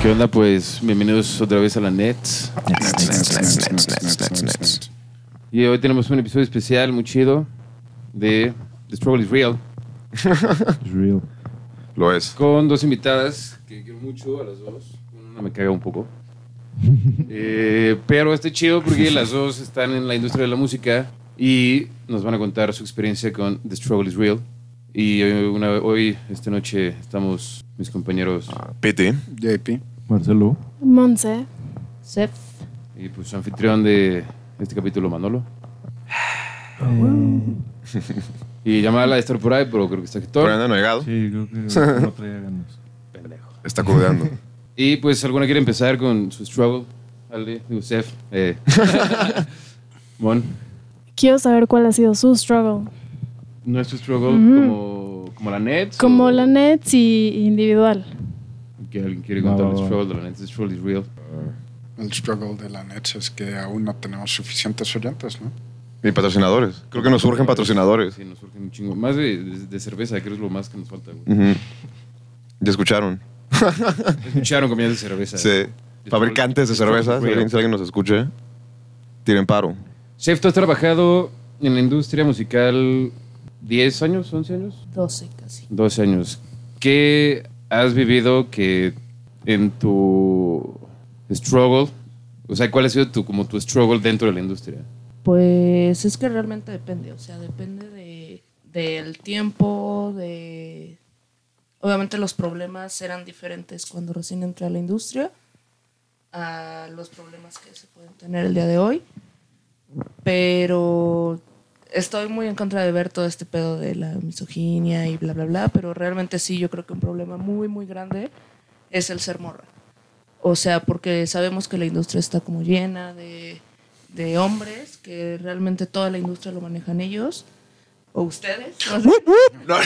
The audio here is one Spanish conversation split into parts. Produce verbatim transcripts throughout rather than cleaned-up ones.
¿Qué onda? Pues bienvenidos otra vez a la Nets. Y hoy tenemos un episodio especial muy chido de The Struggle is Real. Es real. Lo es. Con dos invitadas que quiero mucho, a las dos. Una me caga un poco. eh, pero está chido porque las dos están en la industria de la música y nos van a contar su experiencia con The Struggle is Real. Y hoy, una, hoy esta noche, estamos mis compañeros Uh, P T. J P. Marcelo. Monse. Sef. y pues su anfitrión de este capítulo, Manolo. Eh, Y Yamala de estar por ahí, pero creo que está aquí todo. Por ahí anda navegado. sí, creo que no traía ganas. Pendejo. Está crudeando. Y pues, ¿alguna quiere empezar con su struggle? Ale, Yusef, eh. Mon. Quiero saber cuál ha sido su struggle. Nuestro struggle Ujú. como, como la Nets. Como o la Nets y individual. Que alguien quiere contar Va, el va, va. struggle de la Nets. The struggle is real. El struggle de la Nets es que aún no tenemos suficientes oyentes, ¿no? Y patrocinadores. Creo que nos surgen patrocinadores. Sí, nos surgen un chingo. Más de, de, de cerveza, creo que es lo más que nos falta, güey. Ujú. Ya escucharon. Escucharon comidas de cerveza. Sí. Fabricantes de cerveza. Si alguien, si alguien nos escuche, tiren paro. Chef, tú has trabajado en la industria musical diez años, once años. doce casi. doce años. ¿Qué has vivido que en tu struggle, o sea, cuál ha sido tu, como tu struggle dentro de la industria? Pues es que realmente depende, o sea, depende de, del tiempo, de... Obviamente los problemas eran diferentes cuando recién entré a la industria a los problemas que se pueden tener el día de hoy, pero estoy muy en contra de ver todo este pedo de la misoginia y bla, bla, bla, pero realmente sí, yo creo que un problema muy, muy grande es el ser morra. O sea, porque sabemos que la industria está como llena de, de hombres, que realmente toda la industria lo manejan ellos, o ustedes. No sé. No.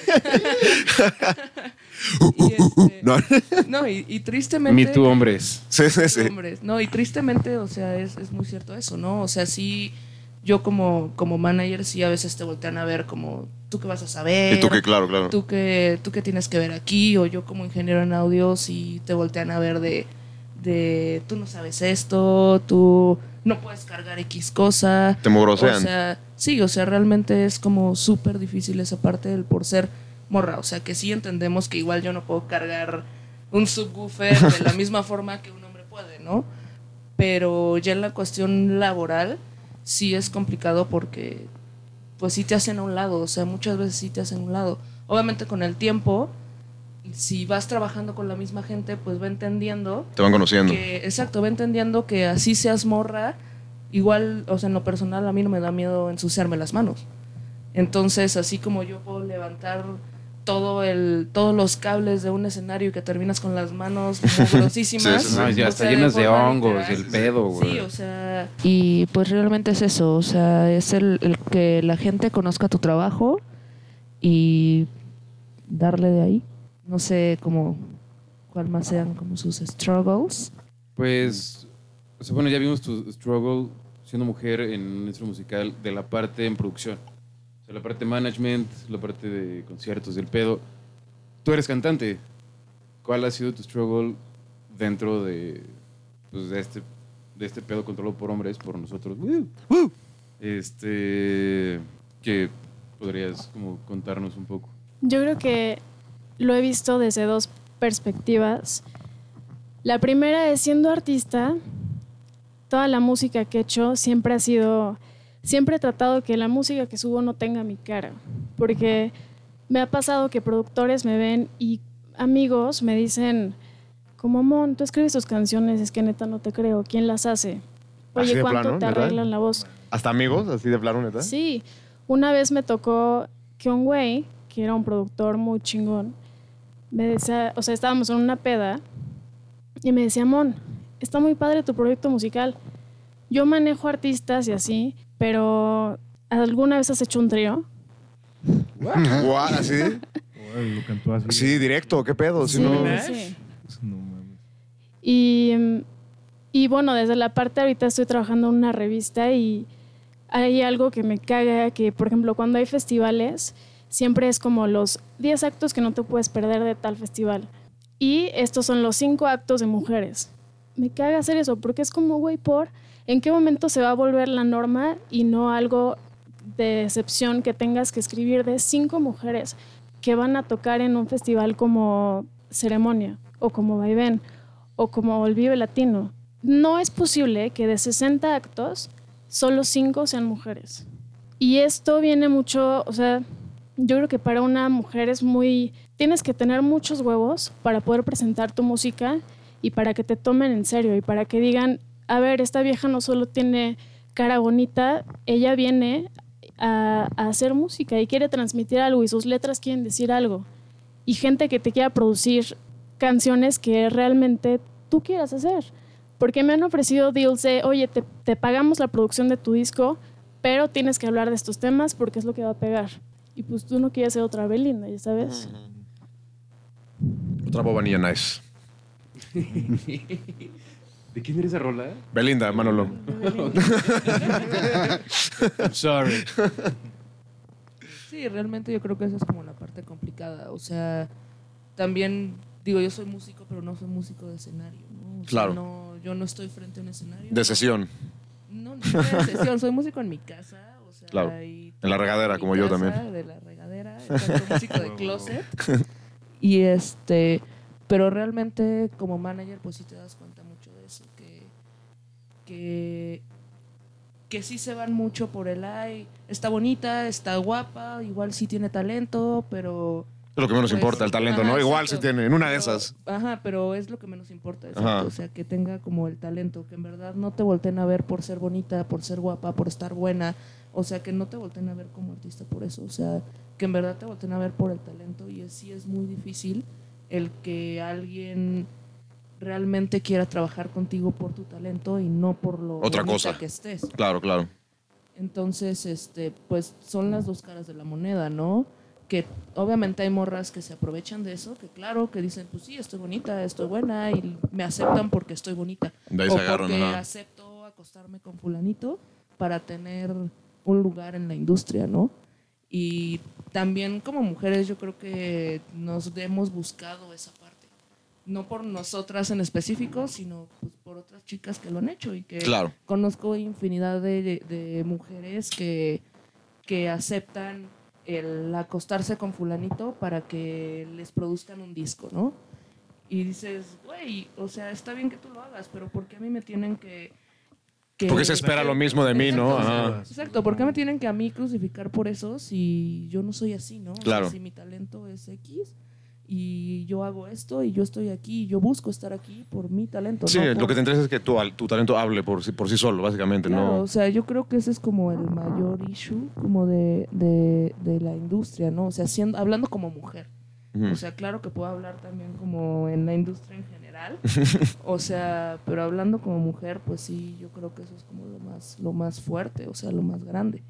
Y este, No. no, y, y tristemente... Me Too hombres. Sí, sí, sí. Hombres. No, y tristemente, o sea, es, es muy cierto eso, ¿no? O sea, sí, yo como, como manager, sí a veces te voltean a ver como, ¿tú qué vas a saber? Y tú que, claro, claro. ¿Tú qué, tú qué tienes que ver aquí? O yo como ingeniero en audio, sí te voltean a ver de, de tú no sabes esto, tú no puedes cargar X cosa. Te mugrosean. O sea, sí, o sea, realmente es como súper difícil esa parte del por ser morra. O sea, que sí entendemos que igual yo no puedo cargar un subwoofer de la misma forma que un hombre puede, ¿no? Pero ya en la cuestión laboral sí es complicado porque pues sí te hacen a un lado, o sea, muchas veces sí te hacen a un lado. Obviamente con el tiempo, si vas trabajando con la misma gente, pues va entendiendo Te van conociendo. que, exacto, va entendiendo que así seas morra, igual, o sea, en lo personal a mí no me da miedo ensuciarme las manos. Entonces, así como yo puedo levantar todo el, todos los cables de un escenario y que terminas con las manos mugrosísimas. Sí, sí, sí. No, ya o está sea, llenas de forma hongos, literal. el pedo, güey. Sí, o sea... Y pues realmente es eso, o sea, es el, el que la gente conozca tu trabajo y darle de ahí. No sé cómo, cuál más sean como sus struggles. Pues, o sea, bueno, ya vimos tu struggle siendo mujer en un instrumento musical de la parte en producción. O sea, la parte de management, la parte de conciertos, del pedo. Tú eres cantante. ¿Cuál ha sido tu struggle dentro de, pues, de, este, de este pedo controlado por hombres, por nosotros? ¡Woo! ¡Woo! Este, que podrías como contarnos un poco. Yo creo que lo he visto desde dos perspectivas. La primera es siendo artista, toda la música que he hecho siempre ha sido, siempre he tratado que la música que subo no tenga mi cara, porque me ha pasado que productores me ven y amigos me dicen, como Mon, tú escribes tus canciones, es que neta no te creo, ¿quién las hace? ¿Así Oye, de ¿cuánto plano, te neta? arreglan la voz? ¿Hasta amigos? ¿Así de plano, neta? Sí, una vez me tocó que un güey, que era un productor muy chingón, me decía, o sea, estábamos en una peda y me decía, Mon, está muy padre tu proyecto musical. Yo manejo artistas y así, pero ¿alguna vez has hecho un trío? Guau, ¿así? Órale, lo cantó así. Sí, directo. ¿Qué pedo? Si Sí, no... sí. No mames. Y, y bueno, desde la parte ahorita estoy trabajando en una revista y hay algo que me caga, que por ejemplo cuando hay festivales, siempre es como los diez actos que no te puedes perder de tal festival. y estos son los cinco actos de mujeres. Me caga hacer eso, porque es como, güey, por ¿en qué momento se va a volver la norma y no algo de excepción que tengas que escribir de cinco mujeres que van a tocar en un festival como Ceremonia o como Vaivén o como el Vive Latino? No es posible que de sesenta actos solo cinco sean mujeres. Y esto viene mucho, o sea, yo creo que para una mujer es muy... Tienes que tener muchos huevos para poder presentar tu música y para que te tomen en serio y para que digan, a ver, esta vieja no solo tiene cara bonita, ella viene a, a hacer música y quiere transmitir algo y sus letras quieren decir algo. Y gente que te quiera producir canciones que realmente tú quieras hacer. Porque me han ofrecido deals de, oye, te, te pagamos la producción de tu disco, pero tienes que hablar de estos temas porque es lo que va a pegar. Y pues tú no quieres ser otra Belinda, ¿ya sabes? Otra bobanilla nice. ¿De quién era esa rola? Belinda, Manolo. I'm sorry. Sí, realmente yo creo que esa es como la parte complicada. O sea, también, digo, yo soy músico, pero no soy músico de escenario, ¿no? O sea, Claro. no, yo no estoy frente a un escenario. De sesión. No, no de sesión, soy músico en mi casa. O sea, Claro. y En la regadera, mi como yo casa, también. De la regadera, tanto músico de closet. Y este, pero realmente como manager, pues sí te das cuenta mucho de eso, que, que, que sí se van mucho por el ay, está bonita, está guapa, igual sí tiene talento, pero... Es lo que menos pues, importa, el talento, ajá, ¿no? Igual exacto. si tiene, en una de Pero- esas. Ajá, pero es lo que menos importa, exacto. Ajá. O sea, que tenga como el talento, que en verdad no te volteen a ver por ser bonita, por ser guapa, por estar buena. O sea, que no te volteen a ver como artista por eso. O sea, que en verdad te volteen a ver por el talento. Y es, sí es muy difícil el que alguien realmente quiera trabajar contigo por tu talento y no por lo Otra bonita cosa. que estés. Claro, claro. Entonces, este, pues son las dos caras de la moneda, ¿no? Que obviamente hay morras que se aprovechan de eso, que claro, que dicen, pues sí, estoy bonita, estoy buena y me aceptan porque estoy bonita. De ahí o se agarran, porque ajá. acepto acostarme con fulanito para tener un lugar en la industria, ¿no? Y también como mujeres yo creo que nos hemos buscado esa parte. No por nosotras en específico, sino pues, por otras chicas que lo han hecho y que Claro. conozco infinidad de, de- de mujeres que, que aceptan el acostarse con fulanito para que les produzcan un disco, ¿no? Y dices, güey, o sea, está bien que tú lo hagas, pero ¿por qué a mí me tienen que... que Porque se espera lo mismo de mí, ¿no? Exacto, Ajá. Exacto, ¿por qué me tienen que a mí crucificar por eso si yo no soy así, ¿no? O sea, Claro. si mi talento es X y yo hago esto y yo estoy aquí y yo busco estar aquí por mi talento. Sí, no lo por- que te interesa es que tu, tu talento hable por sí, por sí solo, básicamente, Claro, ¿no? o sea, yo creo que ese es como el mayor issue como de, de, de la industria, ¿no? O sea, siendo, hablando como mujer. Ujú. O sea, claro que puedo hablar también como en la industria en general. O sea, pero hablando como mujer, pues sí, yo creo que eso es como lo más, lo más fuerte, o sea, lo más grande.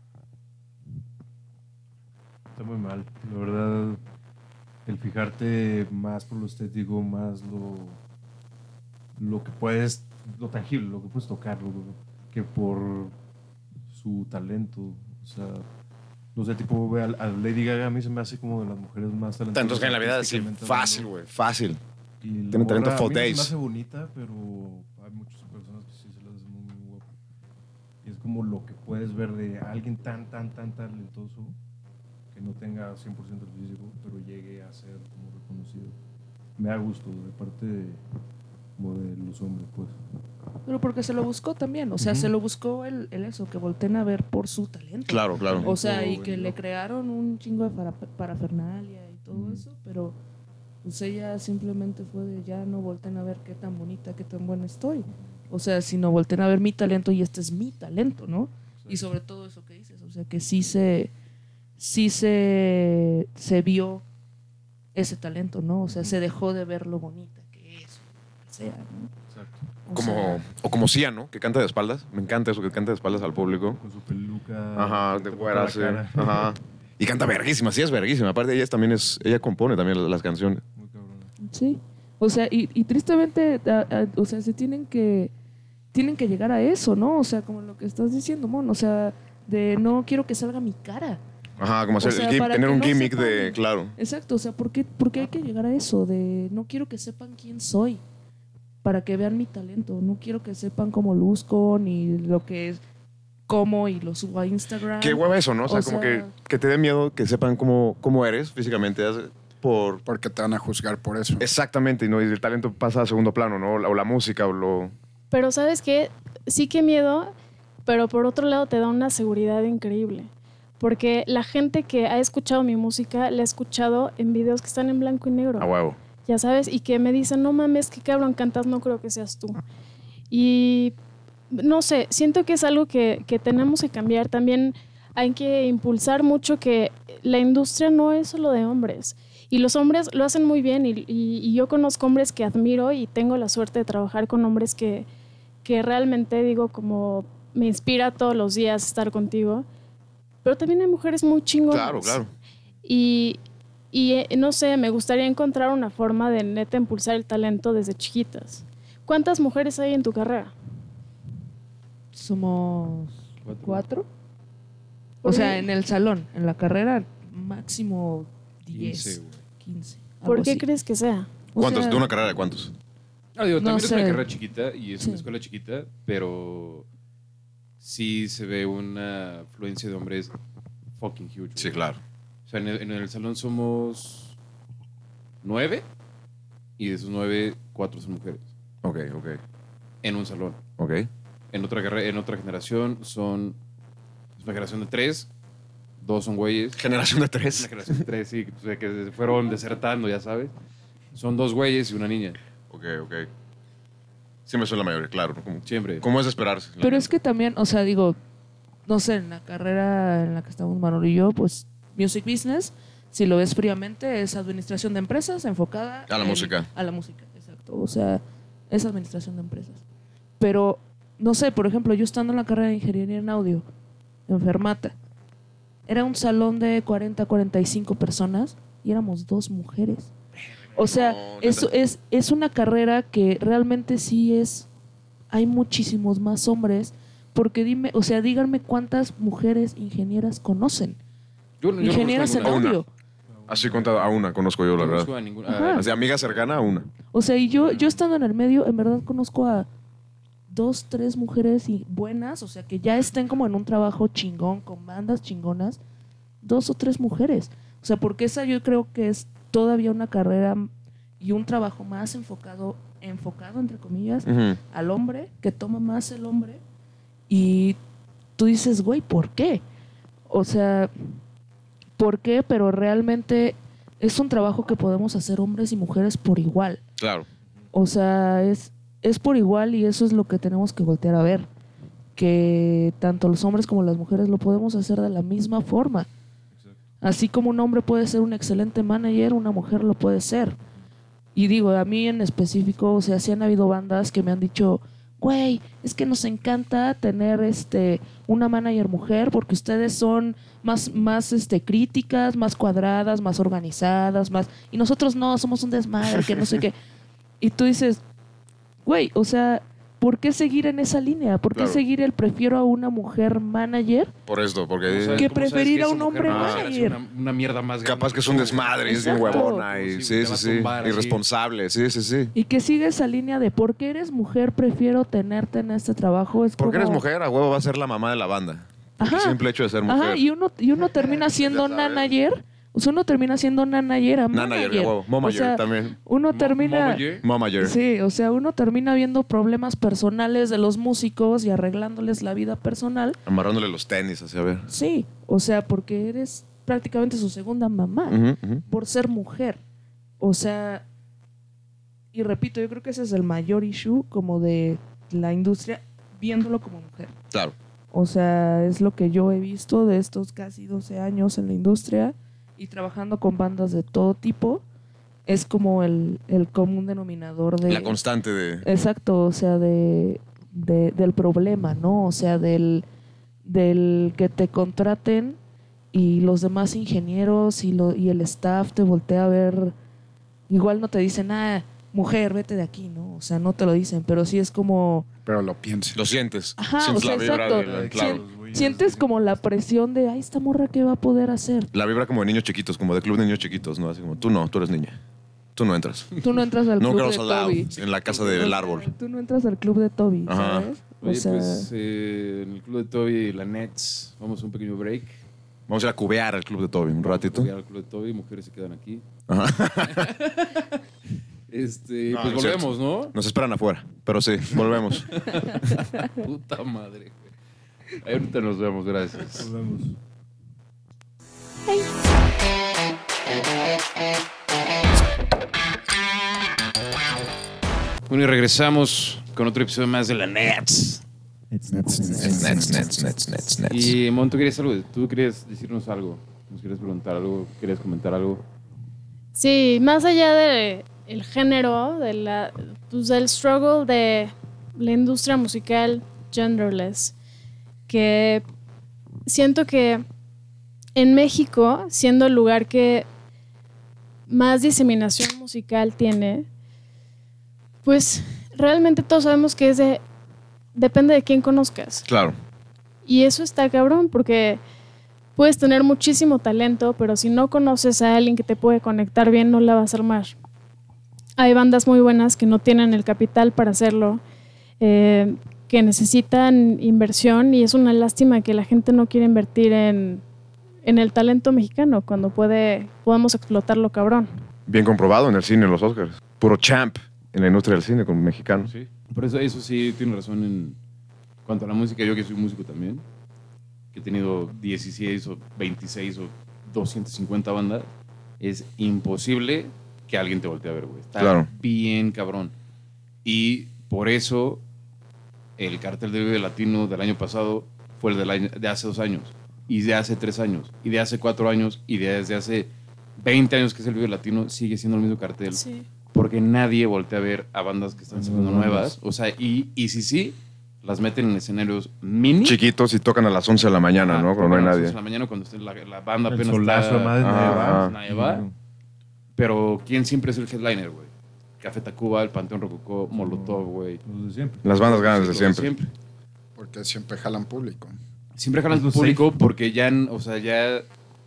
Está muy mal. La verdad, el fijarte más por lo estético, más lo, lo que puedes, lo tangible, lo que puedes tocar, lo- que por su talento. O sea, no sé, tipo, ve a, a Lady Gaga, a mí se me hace como de las mujeres más talentosas. Entonces, que en la vida, sí, artísticamente fácil, hablando. güey, fácil. Y la Tiene talento morra, for a mí no se days. me hace bonita, pero hay muchas personas que sí se las hacen muy, muy guapo. Y es como lo que puedes ver de alguien tan, tan, tan talentoso que no tenga cien por ciento el físico, pero llegue a ser como reconocido. Me da gusto de parte de, como de los hombres, pues. Pero porque se lo buscó también, o sea, se lo buscó el, el eso, que volteen a ver por su talento. Claro, claro. O sea, y Talento, que bueno. le crearon un chingo de para- parafernalia y todo Ujú. eso, pero pues ella simplemente fue de ya no volteen a ver qué tan bonita, qué tan buena estoy. O sea, sino volteen a ver mi talento y este es mi talento, ¿no? Y sobre todo eso que dices, o sea, que sí se, sí se, se vio ese talento, ¿no? O sea, se dejó de ver lo bonita que es, o lo que sea, ¿no? Exacto. O Como, sea, o como Sia, ¿no? Que canta de espaldas. Me encanta eso, que canta de espaldas al público. Con su peluca. Ajá, que de te fuera, tapa sí. la cara. Ajá. Y canta verguísima, sí es verguísima. Aparte, ella también es, ella compone también las, las canciones. Muy cabrona. Sí, o sea, y, y tristemente, a- a- o sea, se tienen que, tienen que llegar a eso, ¿no? O sea, como lo que estás diciendo, Mon, o sea, de no quiero que salga mi cara. Ajá, como hacer O sea, el gim- para tener que un no gimmick sepan. de, claro. Exacto, o sea, ¿por qué, ¿por qué hay que llegar a eso? De no quiero que sepan quién soy, para que vean mi talento. No quiero que sepan cómo luzco, ni lo que es, cómo y lo subo a Instagram. Qué hueva eso, ¿no? O sea, O como sea- que, que te dé miedo que sepan cómo, cómo eres físicamente. hace- Por... Porque te van a juzgar por eso. Exactamente, y, ¿no? y el talento pasa a segundo plano, ¿no? O la, o la música, o lo... Pero ¿sabes qué? Sí que miedo, pero por otro lado te da una seguridad increíble. Porque la gente que ha escuchado mi música, la ha escuchado en videos que están en blanco y negro. A huevo. Ya sabes, y que me dicen, no mames, qué cabrón cantas, no creo que seas tú. Y no sé, siento que es algo que, que tenemos que cambiar. También hay que impulsar mucho que la industria no es solo de hombres. Y los hombres lo hacen muy bien. Y, y- y yo conozco hombres que admiro y tengo la suerte de trabajar con hombres que, que realmente digo como me inspira todos los días estar contigo. Pero también hay mujeres muy chingonas. Claro, claro. Y, y eh, no sé, me gustaría encontrar una forma de neta impulsar el talento desde chiquitas. ¿Cuántas mujeres hay en tu carrera? Somos Cuatro. cuatro. O ¿Por sea, qué? en el salón, en la carrera, máximo diez, quince, güey. quince. ¿Por algo qué así. crees que sea? O ¿Cuántos? sea, ¿De una carrera de cuántos? Ah, digo, No también es una sé. carrera chiquita y es Sí. una escuela chiquita, pero sí se ve una afluencia de hombres fucking huge. Sí, güey. claro. O sea, en el, en el salón somos nueve y de esos nueve, cuatro son mujeres. Ok, ok, En un salón. ok. En otra, carre- en otra generación son es una generación de tres, dos son güeyes. Generación de Una tres. generación de tres, sí, o sea, que se fueron desertando, ya sabes. Son dos güeyes y una niña, Ok, ok. Siempre son la mayoría, claro. ¿no? Como, siempre. ¿Cómo es de esperarse? Pero es que también, o sea, digo, no sé, en la carrera en la que estamos Manolo y yo, pues music business, si lo ves fríamente, es administración de empresas enfocada A la en- música. A la música, exacto. O sea, es administración de empresas. Pero, no sé, por ejemplo, yo estando en la carrera de ingeniería en audio, en Fermata, era un salón de cuarenta, cuarenta y cinco personas y éramos dos mujeres. O sea, No, es, neta. es, es una carrera que realmente sí es... Hay muchísimos más hombres. Porque dime, o sea, díganme cuántas mujeres ingenieras conocen. Yo, no- yo no Ingenieras en conozco a Una. audio. Así contado a una conozco yo, la ninguna. No conozco verdad. a ninguna. Ajá. a- Así, amiga cercana a una. O sea, y yo, yo estando en el medio, en verdad conozco a dos, tres mujeres y buenas, o sea, que ya estén como en un trabajo chingón, con bandas chingonas, dos o tres mujeres. O sea, porque esa yo creo que es todavía una carrera y un trabajo más enfocado, enfocado entre comillas, Ujú. al hombre, que toma más el hombre. Y tú dices, güey, ¿por qué? O sea, ¿por qué? Pero realmente es un trabajo que podemos hacer hombres y mujeres por igual. Claro. O sea, es, es por igual y eso es lo que tenemos que voltear a ver. Que tanto los hombres como las mujeres lo podemos hacer de la misma forma. Así como un hombre puede ser un excelente manager, una mujer lo puede ser. Y digo, a mí en específico, o sea, sí han habido bandas que me han dicho, güey, es que nos encanta tener este una manager mujer porque ustedes son más, más este, críticas, más cuadradas, más organizadas, más... Y nosotros no, somos un desmadre, que no sé qué. Y tú dices, güey, o sea, ¿por qué seguir en esa línea? ¿Por qué Claro. seguir el prefiero a una mujer manager? Por esto, ¿Cómo porque sabes- que cómo sabes preferir a esa un mujer hombre va a hacer manager? Una, una mierda más grande? capaz que es un desmadre, es bien Exacto. huevona y Sí, sí, te sí, va a sí. tumbar así. Irresponsable, sí, sí, sí. Y que sigue esa línea de ¿por qué eres mujer? Prefiero tenerte en este trabajo. Es Porque como- eres mujer, a huevo va a ser la mamá de la banda. Por el Ajá. simple hecho de ser mujer. Ajá, y uno, y uno termina siendo Ya sabes. manager. O sea, uno termina siendo manager a Nanager, manager. a huevo. Momager O sea, también. Uno Mo- termina... Momager. Momager. Sí, o sea, uno termina viendo problemas personales de los músicos y arreglándoles la vida personal. Amarrándole los tenis, así a ver. Sí, o sea, porque eres prácticamente su segunda mamá Ujú, ujú. por ser mujer. O sea, y repito, yo creo que ese es el mayor issue como de la industria viéndolo como mujer. Claro. O sea, es lo que yo he visto de estos casi doce años en la industria y trabajando con bandas de todo tipo. Es como el, el común denominador de... La constante de... Exacto, o sea, de, de- del problema, ¿no? O sea, del, del que te contraten y los demás ingenieros y, lo, y el staff te voltea a ver. Igual no te dicen, ah, mujer, vete de aquí, ¿no? O sea, no te lo dicen, pero sí es como... Pero lo pienses. Lo sientes. Ajá, Sientes o sea, la vibra exacto. del- Sí. claro. Los güeyes sientes como la presión de, ay, esta morra, ¿qué va a poder hacer? La vibra como de niños chiquitos, como de club de niños chiquitos, ¿no? Así como, tú no, tú eres niña. Tú no entras. Tú no entras al No club de girls allowed Toby. en la casa del árbol. Tú no entras al club de Toby, Ajá. ¿sabes? Oye, o sea, pues eh, en el club de Toby y la Nets, vamos a un pequeño break. Vamos a ir a cubear al club de Toby un ratito. Voy al club de Toby, mujeres se quedan aquí. Ajá. Este, No, pues no es volvemos, ¿no? Nos esperan afuera, pero sí, volvemos. Puta madre, güey. Ahí ahorita nos vemos, gracias. Nos vemos. Bueno, y regresamos con otro episodio más de la Nets. Nets, nets, nets, nets, nets, nets. Y Mon, ¿tú querías algo? ¿Tú querías decirnos algo? ¿Nos querías preguntar algo? ¿Querías comentar algo? Sí, más allá del género, de la, pues del struggle de la industria musical genderless, que siento que en México, siendo el lugar que más diseminación musical tiene, pues realmente todos sabemos que es de, depende de quién conozcas. Claro. Y eso está cabrón porque puedes tener muchísimo talento, pero si no conoces a alguien que te puede conectar bien, no la vas a armar. Hay bandas muy buenas que no tienen el capital para hacerlo, eh, que necesitan inversión, y es una lástima que la gente no quiere invertir en, en el talento mexicano cuando puede, podemos explotarlo cabrón. Bien comprobado en el cine, en los Oscars. Puro champ en la industria del cine con mexicanos. Sí. Por eso, eso sí, tiene razón en cuanto a la música. Yo que soy músico también, que he tenido dieciséis o veintiséis o doscientas cincuenta bandas, es imposible que alguien te voltee a ver, güey. Está Claro. bien cabrón. Y por eso el cartel del Vive Latino del año pasado fue el del año, de hace dos años, y de hace tres años, y de hace cuatro años, y de desde hace veinte años que es el Vive Latino, sigue siendo el mismo cartel. Sí. Porque nadie voltea a ver a bandas que están saliendo Nuevas nuevas. O sea, y, y si sí, las meten en escenarios mini. Chiquitos y tocan a las once de la mañana, Ah, ¿no? Cuando no hay tocan a las nadie. once de la mañana cuando esté la, la banda El apenas solazo, está... madre, nadie Ah, va. ah. Nadie va. Pero ¿quién siempre es el headliner, güey? Café Tacuba, el Panteón Rococó, Molotov, güey. Los de siempre. Las bandas ganas de Los siempre. siempre. Porque siempre jalan público. Siempre jalan Es lo público safe. porque ya, o sea, ya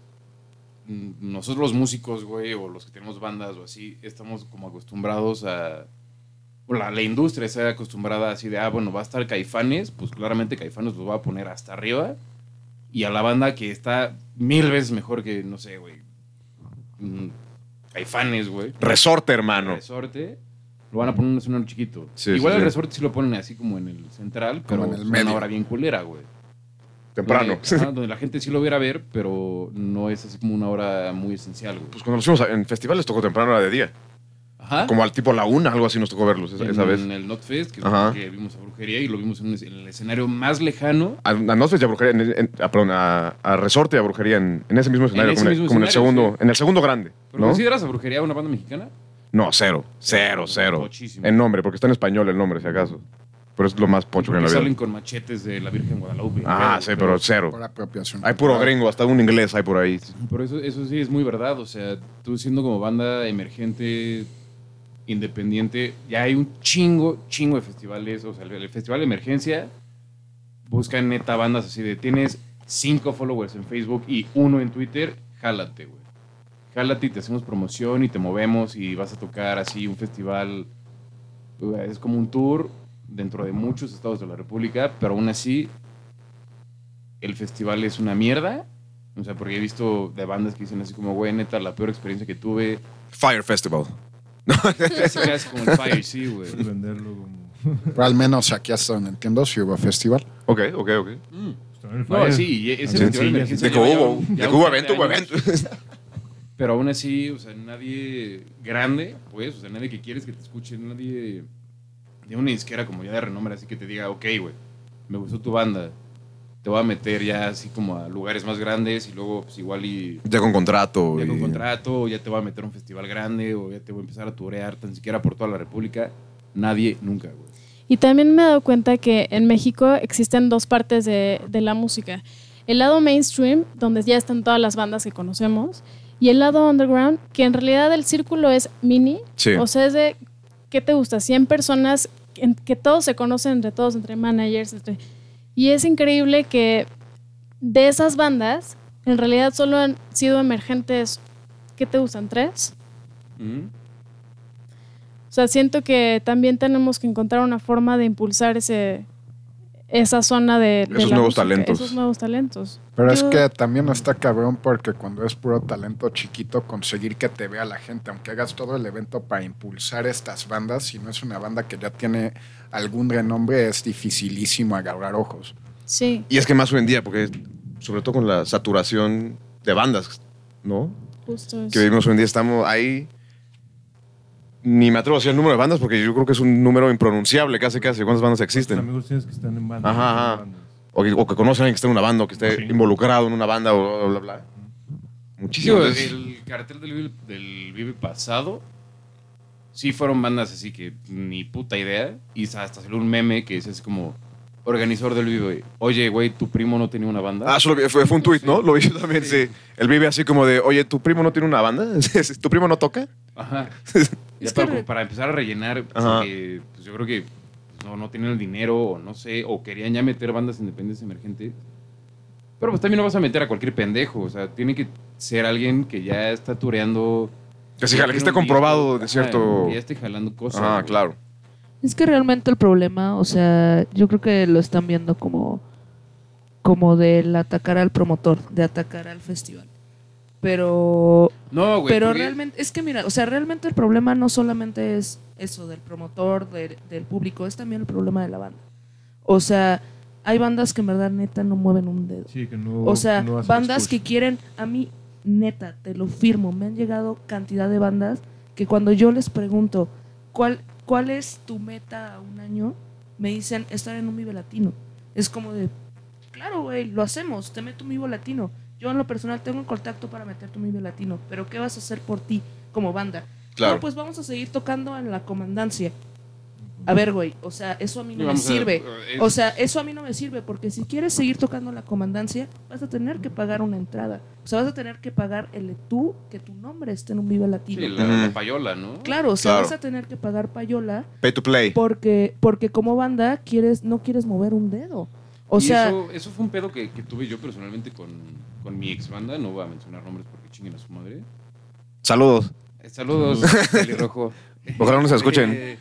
mm, nosotros los músicos, güey, o los que tenemos bandas o así, estamos como acostumbrados a... o La, la industria está acostumbrada así de, ah, bueno, va a estar Caifanes, pues claramente Caifanes los va a poner hasta arriba. Y a la banda que está mil veces mejor que, no sé, güey, mm, Caifanes, güey. Resorte, El hermano. resorte, lo van a poner en un escenario chiquito. Sí, Igual sí, el sí. resorte sí lo ponen así como en el central, pero Como en el es medio. una hora bien culera, güey. Temprano. Donde, ajá, donde la gente sí lo viera ver, pero no es así como una hora muy esencial, güey. Pues cuando los fuimos a- en festivales tocó temprano, era de día. Ajá. Como al tipo la una, algo así nos tocó verlos esa, en, esa vez. En el Notfest, que, Ajá. que vimos a Brujería y lo vimos en, un es- en el escenario más lejano. A, a Nosfest y a Brujería, en- en- a, perdón, a, a Resorte y a Brujería en, en ese mismo escenario, ese como, en el- mismo como en el escenario, segundo, sí. en el segundo grande, ¿Pero ¿no? consideras a Brujería una banda mexicana? No, cero, cero, cero. Muchísimo. En nombre, porque está en español el nombre, si acaso. Pero es lo más pocho que en Porque la vida. salen con machetes de la Virgen Guadalupe. Ah, sí, pero cero. Por apropiación. Hay puro cultural. gringo, hasta un inglés hay por ahí. Por eso, eso sí es muy verdad. O sea, tú siendo como banda emergente, independiente, ya hay un chingo, chingo de festivales. O sea, el, el Festival de Emergencia buscan neta bandas así de tienes cinco followers en Facebook y uno en Twitter, jálate, güey. Jálate y te hacemos promoción y te movemos y vas a tocar así un festival. güey, Es como un tour dentro de muchos estados de la República, pero aún así el festival es una mierda. O sea, porque he visto de bandas que dicen así como, güey, neta, la peor experiencia que tuve. Fire Festival. Casi casi como el Fire, sí, güey. Puedes venderlo como. Pero al menos aquí hasta donde entiendo si hubo festival. Ok, ok, ok. Está en el No, Fire. sí, y ese Sí, festival sí, de ya emergencia De que lleva ya hubo, un- de ya que un hubo par de evento, hubo años. evento. Pero aún así, o sea, nadie grande, pues, o sea, nadie que quieres que te escuche, nadie de una disquera como ya de renombre, así que te diga, ok, güey, me gustó tu banda, te voy a meter ya así como a lugares más grandes y luego, pues, igual y Ya con contrato. ya con y- contrato, o ya te voy a meter a un festival grande, o ya te voy a empezar a turear tan siquiera por toda la República. Nadie, nunca, güey. Y también me he dado cuenta que en México existen dos partes de, de la música. El lado mainstream, donde ya están todas las bandas que conocemos, y el lado underground, que en realidad el círculo es mini. Sí. O sea, es de, ¿qué te gusta? cien personas, en- que todos se conocen entre todos, entre managers, entre... Y es increíble que de esas bandas, en realidad solo han sido emergentes, ¿qué te gustan? ¿Tres? Ujú. O sea, siento que también tenemos que encontrar una forma de impulsar ese, esa zona de, de Esos la nuevos música, talentos. Esos nuevos talentos. Pero es Yo- que también está cabrón porque cuando es puro talento chiquito, conseguir que te vea la gente, aunque hagas todo el evento para impulsar estas bandas, si no es una banda que ya tiene algún renombre, es dificilísimo agarrar ojos. Sí, Y es que más hoy en día, porque sobre todo con la saturación de bandas, ¿no? justo Que eso. vivimos hoy en día, estamos ahí. Ni me atrevo a decir el número de bandas porque yo creo que es un número impronunciable casi casi. ¿Cuántas bandas ¿Cuántos existen? amigos tienes que están en banda? Ajá, en ajá. bandas? O que, o que conocen a alguien que esté en una banda o que esté Sí. involucrado en una banda o bla, bla, bla. Muchísimo. Digo, Entonces, el cartel del Vive, del Vive pasado, sí fueron bandas así que ni puta idea. Y hasta salió un meme que es así como organizador del Vive. Oye, güey, ¿tu primo no tenía una banda? Ah, eso lo vi, fue, fue un tuit, ¿no? Lo vi yo también, sí. Él vive así como de, oye, ¿tu primo no tiene una banda? ¿Tu primo no toca? Ajá. Ya Es para, que re- para empezar a rellenar, Ajá. porque pues, yo creo que pues, no, no tienen el dinero, o no sé, o querían ya meter bandas independientes emergentes. Pero pues también no vas a meter a cualquier pendejo, o sea, tiene que ser alguien que ya está tureando. Que sí, ya que tiene esté un comprobado disco, de ajá, cierto... que ya esté jalando cosas. Ah, güey. claro. Es que realmente el problema, o sea, yo creo que lo están viendo como, como del atacar al promotor, de atacar al festival. Pero, No, güey. pero porque- realmente, es que mira, o sea, realmente el problema no solamente es eso del promotor, de- del público, es también el problema de la banda. O sea, hay bandas que en verdad neta no mueven un dedo. Sí, que no. O sea, no hacen bandas escucha. que quieren, a mí, neta, te lo firmo, me han llegado cantidad de bandas que cuando yo les pregunto, ¿cuál, cuál es tu meta a un año? Me dicen, estar en un Vive Latino. Es como de, claro, güey, lo hacemos, te meto un Vive Latino. Yo en lo personal tengo el contacto para meterte un Vive Latino, pero ¿qué vas a hacer por ti como banda? Claro. No, pues vamos a seguir tocando en la comandancia. A ver, güey, o sea, eso a mí no me Vamos a- sirve. es- O sea, eso a mí no me sirve porque si quieres seguir tocando en la comandancia, vas a tener que pagar una entrada. O sea, vas a tener que pagar el tú, que tu nombre esté en un Vive Latino. Sí, la, la payola, ¿no? Claro, o sea, Claro. vas a tener que pagar payola Pay to play. porque, porque como banda quieres, no quieres mover un dedo. O Y sea, eso, eso fue un pedo que, que tuve yo personalmente con, con mi ex banda. No voy a mencionar nombres porque chinguen a su madre. Saludos. Eh, Saludos, pelirrojo. Ojalá no se escuchen. Eh,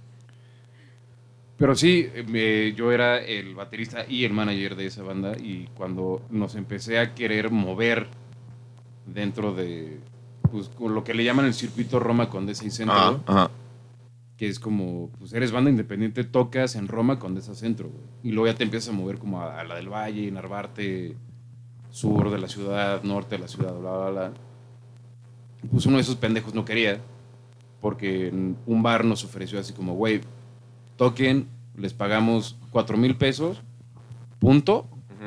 Pero sí, eh, me- yo era el baterista y el manager de esa banda y cuando nos empecé a querer mover dentro de pues, con lo que le llaman el circuito Roma Condesa y Centro, Ajá, ajá. que es como, pues eres banda independiente, tocas en Roma Condesa Centro, güey. Y luego ya te empiezas a mover como a, a la del Valle, Narvarte, sur de la ciudad, norte de la ciudad, bla, bla, bla. Pues uno de esos pendejos no quería, porque en un bar nos ofreció así como, güey, toquen, les pagamos cuatro mil pesos, punto.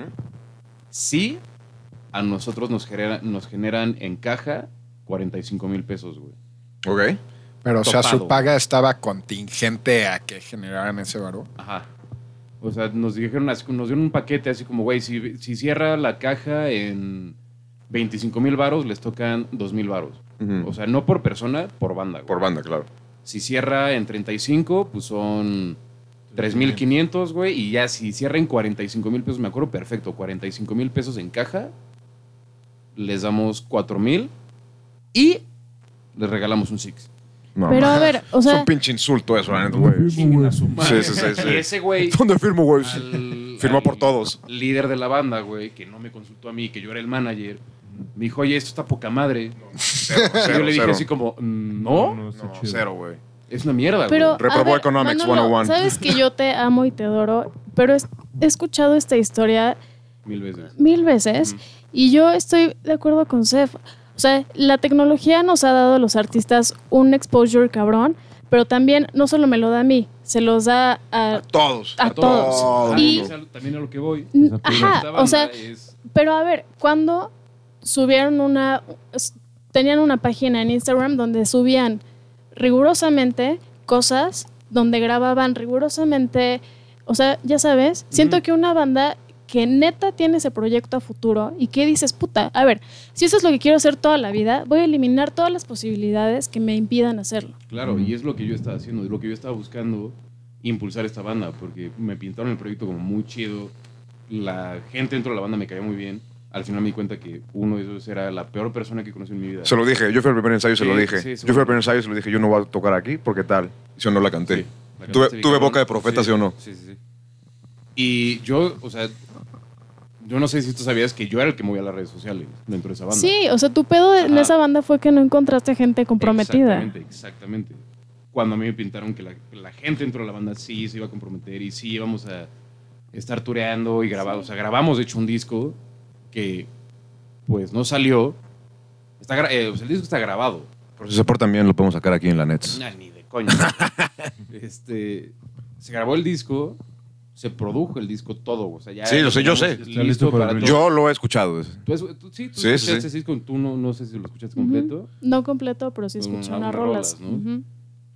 Sí, a nosotros nos, genera- nos generan en caja cuarenta y cinco mil pesos, güey. Ok. Pero, o sea, Topado. su paga estaba contingente a que generaran ese varo. Ajá. O sea, nos dijeron, así- nos dieron un paquete así como, güey, si, si cierra la caja en veinticinco mil varos, les tocan dos mil varos. Ujú. O sea, no por persona, por banda, güey. Por banda, claro. Si cierra en treinta y cinco, pues son tres mil quinientos, güey. Y ya si cierra en cuarenta y cinco mil pesos, me acuerdo perfecto, cuarenta y cinco mil pesos en caja, les damos cuatro mil y les regalamos un six. No, Pero man. a ver, o Es sea, un pinche insulto eso, la neta, güey. Chinguen a su madre. Sí, sí, sí, sí. Y ese güey, ¿Dónde firmo, güey? al- Firmó al por todos. líder de la banda, güey, que no me consultó a mí, que yo era el manager, me dijo, oye, esto está poca madre. Cero, Y yo cero, le dije cero. así como, no, No, está No, chido. cero, güey. es una mierda, pero güey. Reprobó a ver, Economics Manolo, ciento uno. sabes que yo te amo y te adoro, pero es- he escuchado esta historia Mil veces. mil veces y yo estoy de acuerdo con Sef. O sea, la tecnología nos ha dado a los artistas un exposure cabrón, pero también no solo me lo da a mí, se los da a, A todos. a todos. todos. Ajá, Y- es al- también a lo que voy. N- Esta Ajá, Esta o sea, banda es- pero a ver, cuando subieron una, s- tenían una página en Instagram donde subían rigurosamente cosas, donde grababan rigurosamente, o sea, ya sabes, siento Ujú. que una banda que neta tiene ese proyecto a futuro y que dices, puta, a ver, si eso es lo que quiero hacer toda la vida, voy a eliminar todas las posibilidades que me impidan hacerlo. Claro, y es lo que yo estaba haciendo, es lo que yo estaba buscando, impulsar esta banda, porque me pintaron el proyecto como muy chido, la gente dentro de la banda me caía muy bien. Al final me di cuenta que uno de esos era la peor persona que conocí en mi vida. Se lo dije, yo fui al primer ensayo y se Sí, lo dije. sí, yo seguro. fui al primer ensayo y se lo dije, yo no voy a tocar aquí porque tal. Y yo no la canté. Sí, la tuve cantaste bien tuve cabrón. boca de profeta, ¿sí, o no? Sí, sí, sí. Y yo, o sea, yo no sé si tú sabías que yo era el que movía las redes sociales dentro de esa banda. Sí, o sea, tu pedo en Ajá. esa banda fue que no encontraste gente comprometida. Exactamente, exactamente. Cuando a mí me pintaron que la, la gente dentro de la banda sí se iba a comprometer y sí íbamos a estar tureando y grabar. O sea, grabamos, de hecho, un disco que, pues, no salió. Está, gra- eh, o sea, el disco está grabado. Pero si se portan bien, lo podemos sacar aquí en la Nets. Nah, ni de coño. este, se grabó el disco, se produjo el disco todo. O sea, ya Sí, lo sé, yo teníamos sé. Está listo para para el todo. Yo lo he escuchado. Tú, es- tú- sí, tú Sí, sí, escuchaste sí. ese disco, tú no, no sé si lo escuchaste Ujú. completo. No completo, pero sí escuché Una- unas unas rolas. rolas, ¿no? Ujú.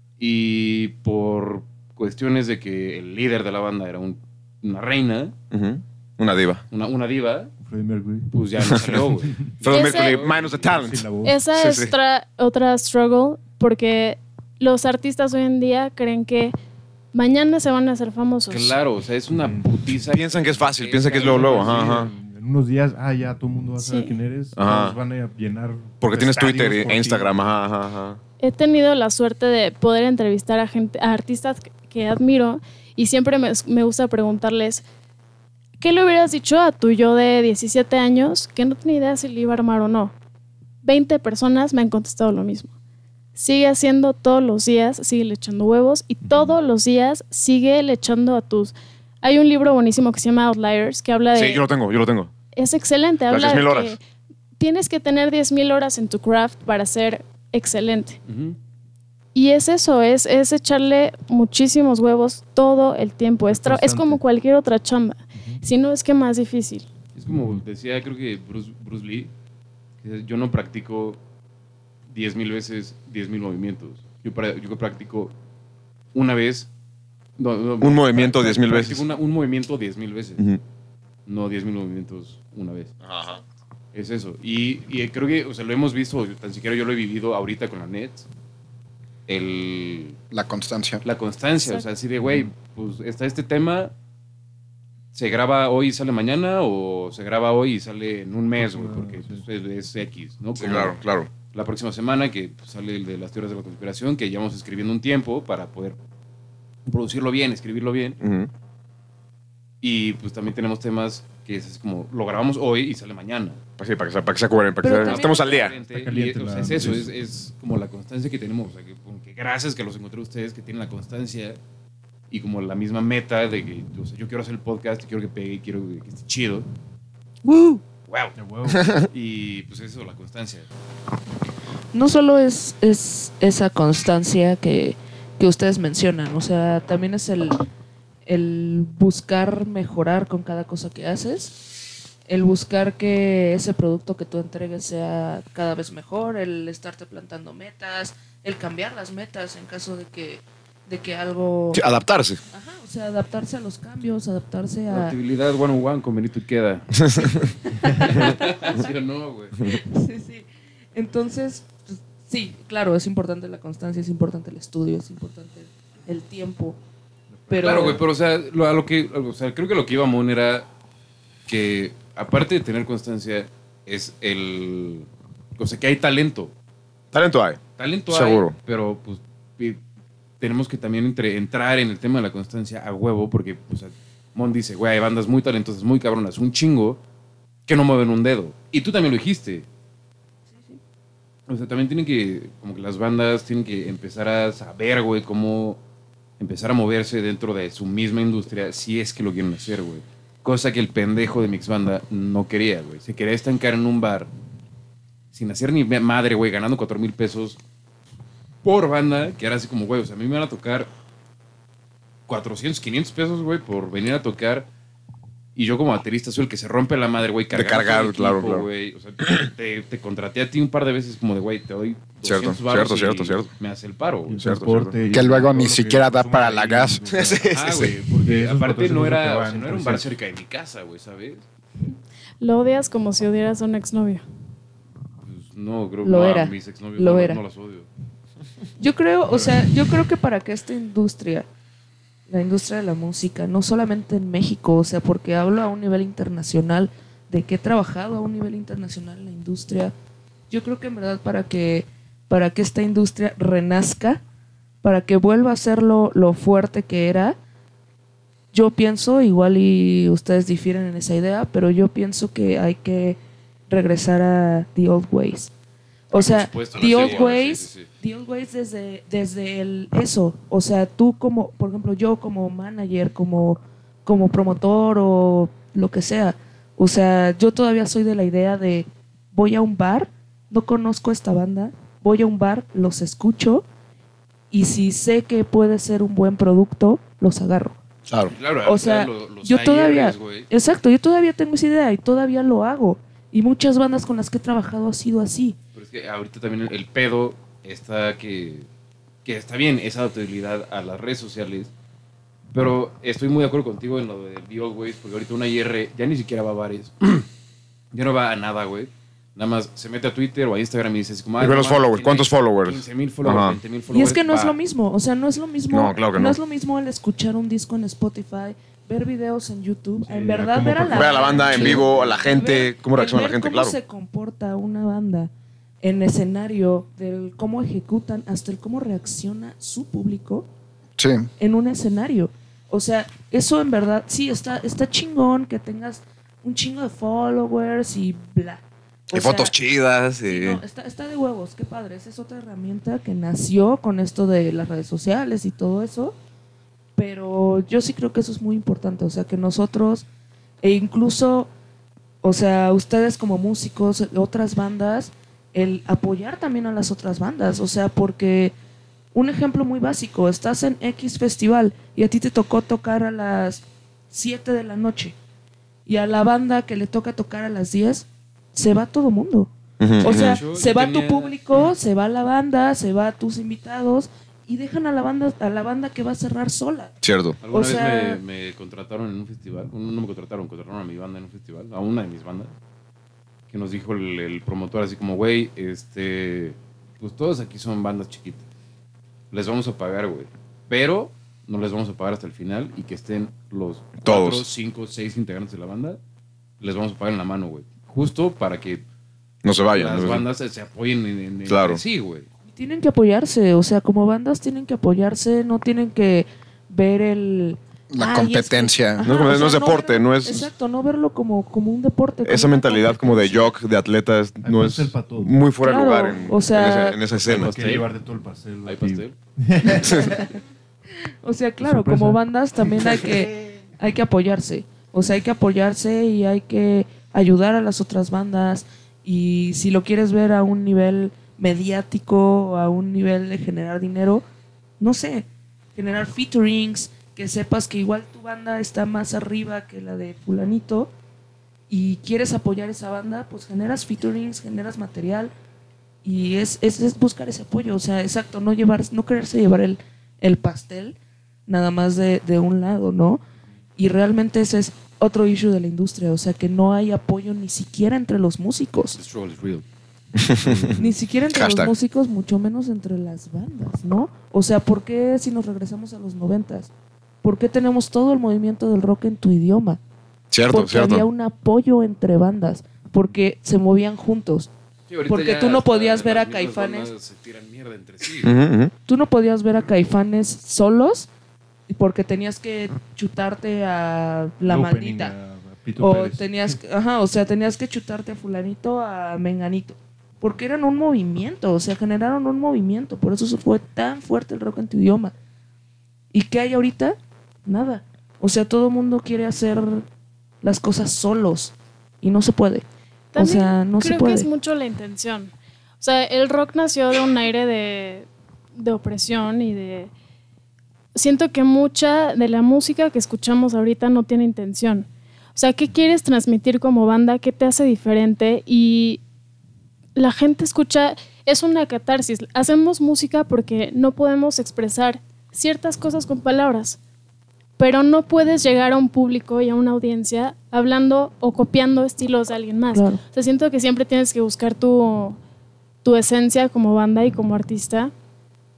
Y por cuestiones de que el líder de la banda era un- una reina, Ujú. Una diva. una, una diva, Freddie Mercury. pues ya no salió, güey. Freddie Ese- Mercury, minus the talent. Sí, la voz. Esa Sí, es sí. Otra, otra struggle porque los artistas hoy en día creen que mañana se van a hacer famosos. Claro, o sea, es una putiza. Piensan que es fácil, piensan que es luego, luego. Ajá, ajá. En unos días, ah, ya todo el mundo va a saber Sí. quién eres. Ajá. Todos van a llenar. Porque tienes estadios Twitter por e ti. Instagram. Ajá, ajá, ajá. He tenido la suerte de poder entrevistar a gente, a artistas que, que admiro y siempre me, me gusta preguntarles ¿qué le hubieras dicho a tu yo de diecisiete años que no tenía idea si le iba a armar o no? veinte personas me han contestado lo mismo. Sigue haciendo todos los días, sigue le echando huevos y todos los días sigue le echando a tus... Hay un libro buenísimo que se llama Outliers que habla de... Sí, yo lo tengo, yo lo tengo. Es excelente, Las habla de diez mil que horas. tienes que tener diez mil horas en tu craft para ser excelente. Ujú. Y es eso, es, es echarle muchísimos huevos todo el tiempo. Es, tra- es Constante. como cualquier otra chamba. Si no es que más difícil. Es como decía, creo que Bruce, Bruce Lee, que yo no practico diez mil veces diez mil movimientos. Yo, pra- yo practico una vez. no, no, Un movimiento pra- diez mil practico veces. una- un movimiento diez mil veces. Ujú. No diez mil movimientos una vez. Ajá. Es eso. Y, y creo que, o sea, lo hemos visto, tan siquiera yo lo he vivido ahorita con la Nets. El, La constancia. la constancia, o Exacto. sea, así de, güey, pues está este tema, se graba hoy y sale mañana, o se graba hoy y sale en un mes, güey, porque Sí. pues, es X, ¿no? Sí, Como claro, claro. La próxima semana, que pues, sale el de las teorías de la conspiración, que llevamos escribiendo un tiempo para poder producirlo bien, escribirlo bien, Ujú. y pues también tenemos temas que es así como, lo grabamos hoy y sale mañana. Pues sí, para que, se- para que se acuerden, para que Pero se- también- estemos al día. Está caliente y, o sea, la es eso, es, noticia. es como la constancia que tenemos. O sea, que, como que gracias que los encontré ustedes, que tienen la constancia y como la misma meta de que o sea, yo quiero hacer el podcast, quiero que pegue, quiero que esté chido. ¡Wow! De huevo. Y pues eso, la constancia. No solo es, es esa constancia que, que ustedes mencionan, o sea, también es el, el buscar mejorar con cada cosa que haces, el buscar que ese producto que tú entregues sea cada vez mejor, el estarte plantando metas, el cambiar las metas en caso de que, de que algo... Sí, adaptarse. Ajá, o sea, adaptarse a los cambios, adaptarse a... Adaptabilidad one on one con Benito y queda. ¿Sí o no, güey? Sí, sí. Entonces, pues, sí, claro, es importante la constancia, es importante el estudio, es importante el tiempo. Pero, Claro, güey, pero o sea, lo, a lo que, o sea, creo que lo que iba Mon era que, aparte de tener constancia, es el. O sea, que hay talento. Talento hay. Talento Seguro. hay, pero pues pi- tenemos que también entre- entrar en el tema de la constancia a huevo, porque pues, Mon dice, güey, hay bandas muy talentosas, muy cabronas, un chingo, que no mueven un dedo. Y tú también lo dijiste. O sea, también tienen que, como que las bandas tienen que empezar a saber, güey, cómo empezar a moverse dentro de su misma industria si es que lo quieren hacer, güey. Cosa que el pendejo de Mixbanda no quería, güey. Se quería estancar en un bar sin hacer ni madre, güey, ganando cuatro mil pesos por banda, que era así como, güey, o sea, a mí me van a tocar cuatrocientos, quinientos pesos, güey, por venir a tocar. Y yo como baterista soy el que se rompe la madre, güey, cargando cargar, todo el claro, equipo, claro. güey. O sea, te, te contraté a ti un par de veces como de, güey, te doy Cierto, doscientos varos cierto, y cierto, cierto. me hace el paro, Y güey. el Cierto, transporte y Que luego todo ni lo que siquiera da consume para ahí, la gas. o sea, Ah, sí. güey, De porque esos aparte no patrocinios que era, o van, sea, no era un por bar cierto. cerca de mi casa, güey, ¿sabes? Lo odias como si odiaras a un exnovio. Pues no, creo Lo no, a era, mis exnovios lo no, era. no los odio. yo creo, o sea, yo creo que para que esta industria la industria de la música, no solamente en México, o sea, porque hablo a un nivel internacional, de que he trabajado a un nivel internacional en la industria. Yo creo que en verdad para que, para que esta industria renazca, para que vuelva a ser lo, lo fuerte que era, yo pienso, igual y ustedes difieren en esa idea, pero yo pienso que hay que regresar a the old ways. O sea, supuesto, the no, old sí, ways, sí, sí, sí. the old ways desde, desde el eso. O sea, tú como, por ejemplo, yo como manager, como, como promotor o lo que sea. O sea, yo todavía soy de la idea de voy a un bar, no conozco esta banda, voy a un bar, los escucho y si sé que puede ser un buen producto, los agarro. Claro. Claro, O sea, lo- los yo A todavía, Rs, güey. exacto, yo todavía tengo esa idea y todavía lo hago. Y muchas bandas con las que he trabajado ha sido así. Pero es que ahorita también el, el pedo está que, que está bien esa adaptabilidad a las redes sociales, pero estoy muy de acuerdo contigo en lo de The Old Ways, porque ahorita una I R ya ni siquiera va a bares, ya no va a nada, güey. Nada más se mete a Twitter o a Instagram y dice así como... Y ve los followers. ¿Cuántos followers? quince mil followers, Ajá. veinte mil Y followers. es que no es va. lo mismo, o sea, no es lo mismo. No, claro que no. es lo mismo el escuchar un disco en Spotify, ver videos en YouTube, Sí, en verdad como ver a por- la, Ve a la banda en Sí. vivo, a la El gente, ver- cómo reacciona el la ver gente, cómo claro. se comporta una banda en escenario, del cómo ejecutan, hasta el cómo reacciona su público Sí. en un escenario. O sea, eso en verdad, sí, está, está chingón que tengas un chingo de followers y bla. O Y sea, fotos chidas. sí, Y... no, está, está de huevos, qué padre. Esa es otra herramienta que nació con esto de las redes sociales y todo eso. Pero yo sí creo que eso es muy importante. O sea, que nosotros, e incluso, o sea, ustedes como músicos, otras bandas, el apoyar también a las otras bandas. O sea, porque un ejemplo muy básico, estás en X festival y a ti te tocó tocar a las siete de la noche. Y a la banda que le toca tocar a las diez, se va todo mundo. Ujú. O sea, Yo- se yo va tenía- tu público, se va la banda, se va tus invitados y dejan a la banda a la banda que va a cerrar sola. Cierto. Alguna O vez sea- me, me contrataron en un festival, no me contrataron, contrataron a mi banda en un festival, a una de mis bandas, que nos dijo el, el promotor así como, güey, este, pues todos aquí son bandas chiquitas, les vamos a pagar, güey, pero no les vamos a pagar hasta el final y que estén los Todos. cuatro, cinco, seis integrantes de la banda, les vamos a pagar en la mano, güey, justo para que No se vayan. las ¿no? bandas se, se apoyen en, en, en Claro. entre sí, güey. Tienen que apoyarse, o sea, como bandas tienen que apoyarse, no tienen que ver el... La "Ay, es que-". competencia. No es como- no es deporte, verlo- no es- Exacto, no verlo como, como un deporte. como Esa una mentalidad como de competencia. jock, de atleta, es- Hay no es pastel pa' todos. muy fuera de Claro, lugar en, o sea- en esa, en esa escena. Hay que pastel. llevar de todo el pastel. Hay aquí. pastel. O sea, claro, sorpresa. como bandas también hay que, hay que apoyarse. O sea, hay que apoyarse y hay que ayudar a las otras bandas. Y si lo quieres ver a un nivel mediático, a un nivel de generar dinero, no sé, generar featurings, que sepas que igual tu banda está más arriba que la de fulanito y quieres apoyar esa banda, pues generas featurings, generas material y es, es, es buscar ese apoyo. O sea, exacto, no llevar, no quererse llevar el, el pastel nada más de, de un lado, ¿no? Y realmente ese es otro issue de la industria, o sea, que no hay apoyo ni siquiera entre los músicos. The struggle is real. Ni siquiera entre Hashtag. los músicos, mucho menos entre las bandas, ¿no? O sea, ¿por qué si nos regresamos a los noventas? ¿Por qué tenemos todo el movimiento del rock en tu idioma? Cierto, Porque cierto. había un apoyo entre bandas, porque se movían juntos. Sí, ahorita Porque ya tú no hasta podías ver las a mismas Caifanes. bandas se tiran mierda entre sí. Ujú, ujú. Tú no podías ver a Caifanes solos porque tenías que chutarte a la El opening maldita. a- a Pito O Pérez. tenías, que- ajá, o sea, tenías que chutarte a fulanito, a menganito. Porque eran un movimiento, o sea, generaron un movimiento. Por eso se fue tan fuerte el rock en tu idioma. ¿Y qué hay ahorita? Nada. O sea, todo el mundo quiere hacer las cosas solos. Y no se puede. También o sea, no se creo puede. que es mucho la intención. O sea, el rock nació de un aire de, de opresión y de... Siento que mucha de la música que escuchamos ahorita no tiene intención. O sea, ¿qué quieres transmitir como banda? ¿Qué te hace diferente? Y la gente escucha, es una catarsis. Hacemos música porque no podemos expresar ciertas cosas con palabras, pero no puedes llegar a un público y a una audiencia hablando o copiando estilos de alguien más. Claro. O sea, siento que siempre tienes que buscar tu, tu esencia como banda y como artista,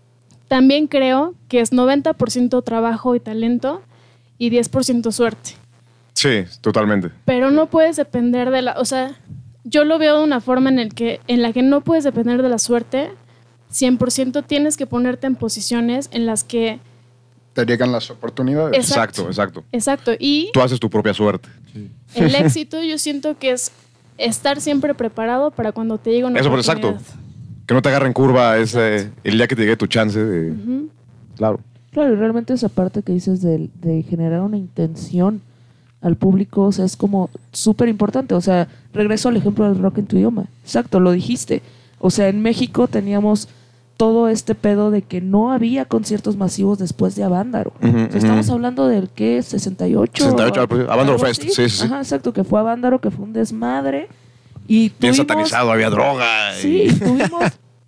también creo que es noventa por ciento trabajo y talento y diez por ciento suerte. Sí, totalmente. Pero no puedes depender de la... O sea, yo lo veo de una forma en, el que, en la que no puedes depender de la suerte. cien por ciento tienes que ponerte en posiciones en las que... Te llegan las oportunidades. Exacto, exacto. Exacto. Y Tú haces tu propia suerte. Sí. el éxito yo siento que es estar siempre preparado para cuando te llegue una Eso, pero oportunidad. exacto. Que no te agarren curva ese, el día que te llegue tu chance de... Ujú. Claro. Claro, y realmente esa parte que dices de, de generar una intención al público, o sea, es como súper importante. O sea, regreso al ejemplo del rock en tu idioma. Exacto, lo dijiste. O sea, en México teníamos todo este pedo de que no había conciertos masivos después de Avándaro. Ujú, O sea, estamos ujú. hablando del ¿qué? sesenta y ocho. sesenta y ocho, Avándaro algo Fest, así. sí, sí, sí. Ajá, exacto, que fue Avándaro, que fue un desmadre. Y Bien tuvimos- satanizado, había droga. Sí, y y tuvimos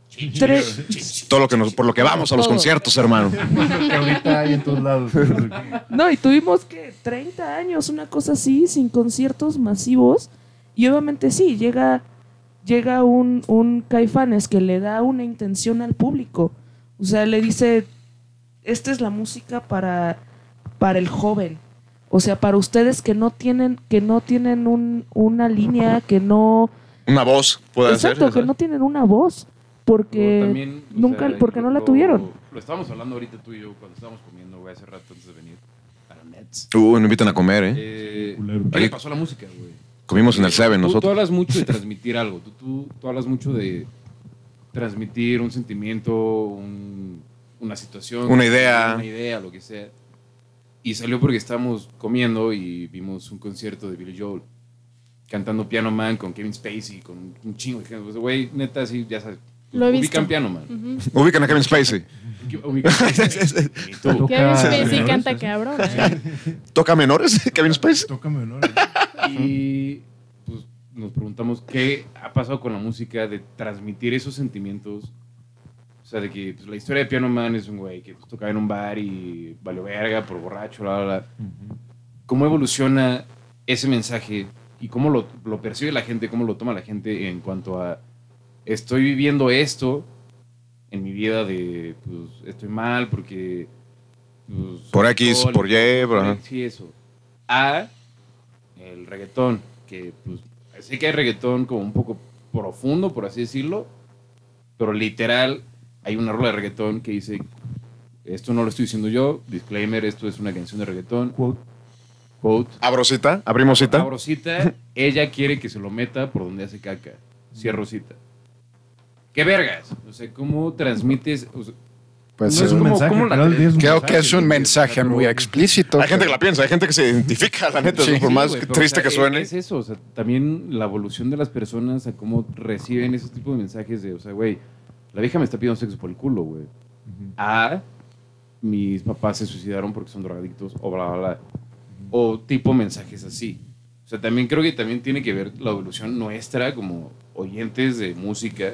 tres... todo lo que nos, por lo que vamos a los Todo. conciertos, hermano. Que ahorita hay en todos lados. No, y tuvimos que treinta años, una cosa así, sin conciertos masivos. Y obviamente sí, llega, llega un, un Caifanes que le da una intención al público. O sea, le dice, esta es la música para, para el joven. O sea, para ustedes que no tienen, que no tienen un, una línea, que no... Una voz puede ser. Exacto, que no tienen una voz. Porque O también, o nunca, sea, porque no la lo- tuvieron. Lo estábamos hablando ahorita tú y yo cuando estábamos comiendo, güey, hace rato antes de venir a la Mets. Uh, me invitan a comer, ¿eh? Eh, Culero. ¿Qué le pasó a la música, güey? Comimos en el Seven Tú, tú nosotros. hablas mucho de transmitir algo. Tú, tú, tú hablas mucho de transmitir un sentimiento, un- una situación. Una idea. Una idea, lo que sea. Y salió porque estábamos comiendo y vimos un concierto de Billy Joel cantando Piano Man con Kevin Spacey, con un chingo de gente. Pues, güey, neta, sí, ya sabes. Lo he Ubican visto. Piano Man. Ujú. Ubican a Kevin Spacey. Ubican Y tú. Toca- Kevin Spacey menores, canta ¿eh? cabrón. ¿eh? ¿Toca menores, Kevin Spacey? Toca menor. Y pues nos preguntamos qué ha pasado con la música de transmitir esos sentimientos. O sea, de que pues, la historia de Piano Man es un güey que pues, tocaba en un bar y valió verga por borracho, bla, bla, bla. ¿Cómo evoluciona ese mensaje y cómo lo, lo percibe la gente, cómo lo toma la gente en cuanto a estoy viviendo esto en mi vida de pues estoy mal porque pues, Por soy X, alcohólico, por Y, por- ajá. sí, eso. A el reggaetón, que pues sé que hay reggaetón como un poco profundo, por así decirlo, pero literal hay una rola de reggaetón que dice esto no lo estoy diciendo yo, disclaimer, esto es una canción de reggaetón, Quote. quote, ¿Abro cita? ¿Abrimos cita? abro cita, ella quiere que se lo meta por donde hace caca, cierro cita. ¿Qué vergas? O sea, ¿cómo transmites? O sea, Pues no es eh, un como- mensaje, como la al final del día es un creo mensaje, que es un güey. mensaje muy explícito. Hay gente que la piensa, hay gente que se identifica, la neta, Sí. por Sí, más güey, pero, triste o sea, que suene. Es eso, o sea, también la evolución de las personas a cómo reciben esos tipos de mensajes de, o sea, güey, la vieja me está pidiendo sexo por el culo, güey. Ujú. A, mis papás se suicidaron porque son drogadictos, o bla, bla, bla. O tipo mensajes así. O sea, también creo que también tiene que ver la evolución nuestra como oyentes de música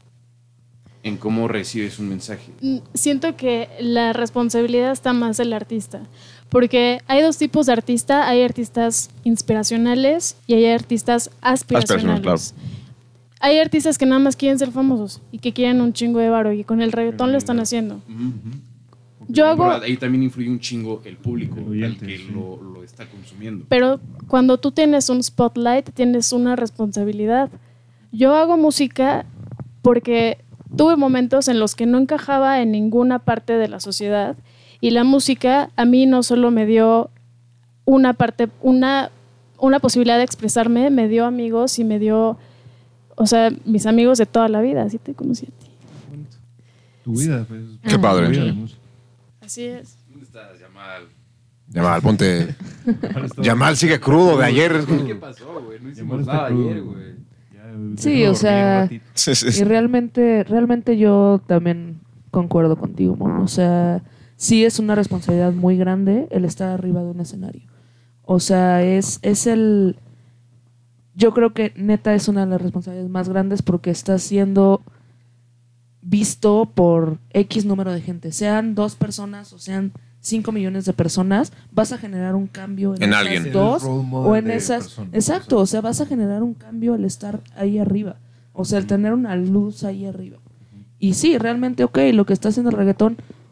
en cómo recibes un mensaje. Mm, Siento que la responsabilidad está más del artista, porque hay dos tipos de artista, hay artistas inspiracionales y hay artistas aspiracionales. Aspiracionales, Hay artistas que nada más quieren ser famosos y que quieren un chingo de varo y con el reggaetón lo están haciendo. Yo hago, Pero ahí también influye un chingo el público, El oyente, el que sí. lo, lo está consumiendo. pero cuando tú tienes un spotlight tienes una responsabilidad. Yo hago música porque tuve momentos en los que no encajaba en ninguna parte de la sociedad y la música a mí no solo me dio una parte, una, una posibilidad de expresarme, me dio amigos y me dio, o sea, mis amigos de toda la vida, así te conocí a ti. Tu vida, pues. Qué padre. Tu vida de música. Así es. ¿Dónde estás, Yamal? Yamal, ponte. Ahora está- Yamal sigue crudo de ayer. ¿Qué pasó, güey? No Yamal hicimos está nada crudo, ayer, güey. güey. Ya, Sí, déjalo o sea, dormir un ratito. Sí, sí, Y sí. realmente, realmente yo también concuerdo contigo, Mon. O sea, sí es una responsabilidad muy grande el estar arriba de un escenario. O sea, es, es el... Yo creo que neta es una de las responsabilidades más grandes porque estás siendo visto por X número de gente. Sean dos personas o sean cinco millones de personas, vas a generar un cambio en, En esas alguien. dos Eres role model o en de esas... personas. Exacto, o sea, vas a generar un cambio al estar ahí arriba. O sea, el tener una luz ahí arriba. Y sí, realmente, ok, lo que está haciendo el reggaetón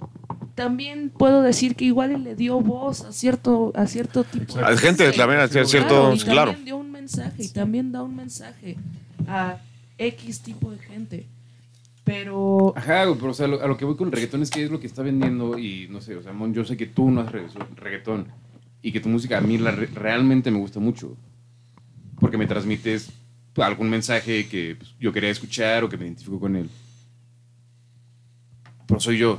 también puedo decir que igual le dio voz a cierto, a cierto tipo A gente también, a Claro, cierto, y claro. también dio un mensaje, y también da un mensaje a X tipo de gente. Pero Ajá, güey, pero o sea, lo- a lo que voy con el reggaetón es que es lo que está vendiendo y no sé, o sea, Mon, yo sé que tú no haces reggaetón- reggaetón y que tu música a mí la re- realmente me gusta mucho porque me transmites algún mensaje que pues, yo quería escuchar o que me identifico con él. Pero soy yo.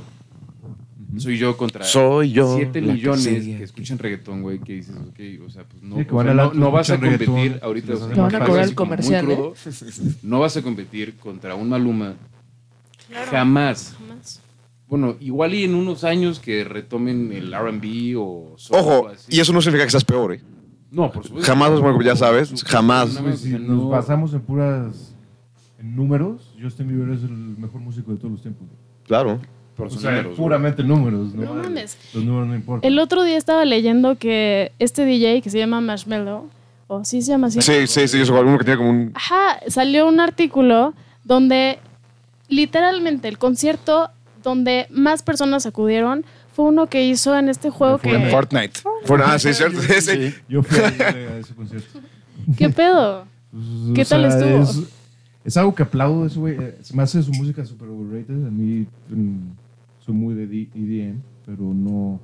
Soy yo contra Soy yo siete la que millones sigue que escuchan reggaetón, güey, que dices, ok, o sea, pues no, Sí, que o van sea, al no, antro, no vas a escuchan competir reggaetón, ahorita. se les o sea, hace Te van a algo cobrar así el como muy comercial, ¿eh? crudo. No vas a competir contra un Maluma. Claro, Jamás. jamás. Bueno, igual y en unos años que retomen el R and B o soul Ojo, o así. y eso no significa que seas peor, ¿eh? No, por supuesto. Jamás, no, bueno, ya sabes, Súper, jamás. nada Güey, más, o si sea, nos no- basamos en puras en números, Justin Bieber es el mejor músico de todos los tiempos. Claro. Por O sus sea, números, puramente números, ¿no? No mames. Los números no importan. El otro día estaba leyendo que este D J que se llama Marshmello, o sí se llama así. Sí, sí, sí, eso, uno que tiene como un... Ajá, salió un artículo donde literalmente el concierto donde más personas acudieron fue uno que hizo en este juego De que... En Fortnite. Fue, ah, sí, cierto. Sí, sí. Sí. Yo fui a, a ese concierto. ¿Qué pedo? Pues, ¿Qué o tal sea, estuvo? Es, es algo que aplaudo ese güey. Eh, Se me hace su música super overrated. A mí mm, soy muy de D- E D M, pero no,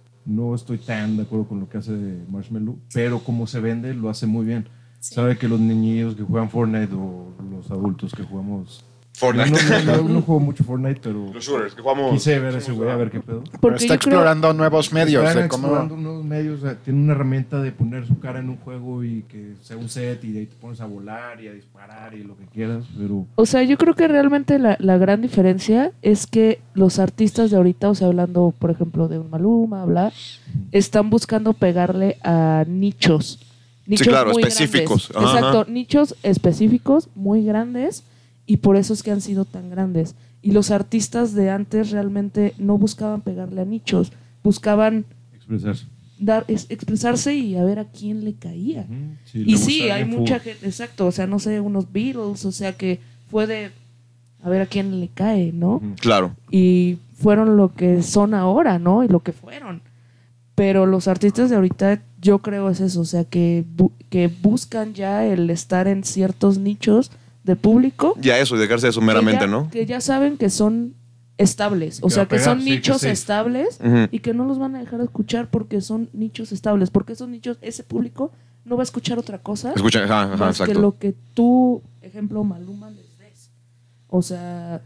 no estoy tan de acuerdo con lo que hace Marshmello. Pero como se vende, lo hace muy bien. Sí. Sabe que los niños que juegan Fortnite o los adultos que jugamos... Fortnite. No, no, no, no juego mucho Fortnite, pero Los shooters, que jugamos... quise ver a ese güey a ver qué pedo. Pero porque está yo creo- explorando nuevos medios Están de cómo... explorando nuevos medios, o sea, tiene una herramienta de poner su cara en un juego y que sea un set y de ahí te pones a volar y a disparar y lo que quieras, pero O sea, yo creo que realmente la, la gran diferencia es que los artistas de ahorita, o sea, hablando, por ejemplo, de un Maluma, bla, están buscando pegarle a nichos. Nichos claro, muy específicos. grandes. Ajá. Exacto, nichos específicos, muy grandes, y por eso es que han sido tan grandes. Y los artistas de antes realmente no buscaban pegarle a nichos, buscaban expresarse. dar, es- expresarse y a ver a quién le caía. Ujú. Si le Y gusta sí, a hay alguien, mucha fu- gente, exacto, o sea, no sé, unos Beatles, o sea, que fue de a ver a quién le cae, ¿no? Ujú. Claro. Y fueron lo que son ahora, ¿no? Y lo que fueron. Pero los artistas de ahorita, yo creo es eso, o sea, que, bu- que buscan ya el estar en ciertos nichos de público. Ya eso, y dejarse de eso meramente, que ya, ¿no? Que ya saben que son estables, Y o que sea, va a que pegar, son sí, que nichos sí. estables Ujú. y que no los van a dejar escuchar porque son nichos estables, porque esos nichos, ese público no va a escuchar otra cosa Escucha, ajá, ajá, más que exacto. lo que tú, ejemplo, Maluma les des. O sea,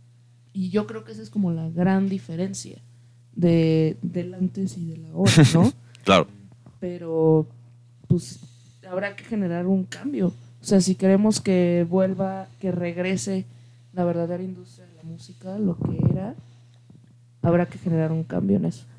y yo creo que esa es como la gran diferencia de, del antes y del ahora, ¿no? Claro. Pero, pues, habrá que generar un cambio. O sea, si queremos que vuelva, que regrese la verdadera industria de la música, lo que era, habrá que generar un cambio en eso.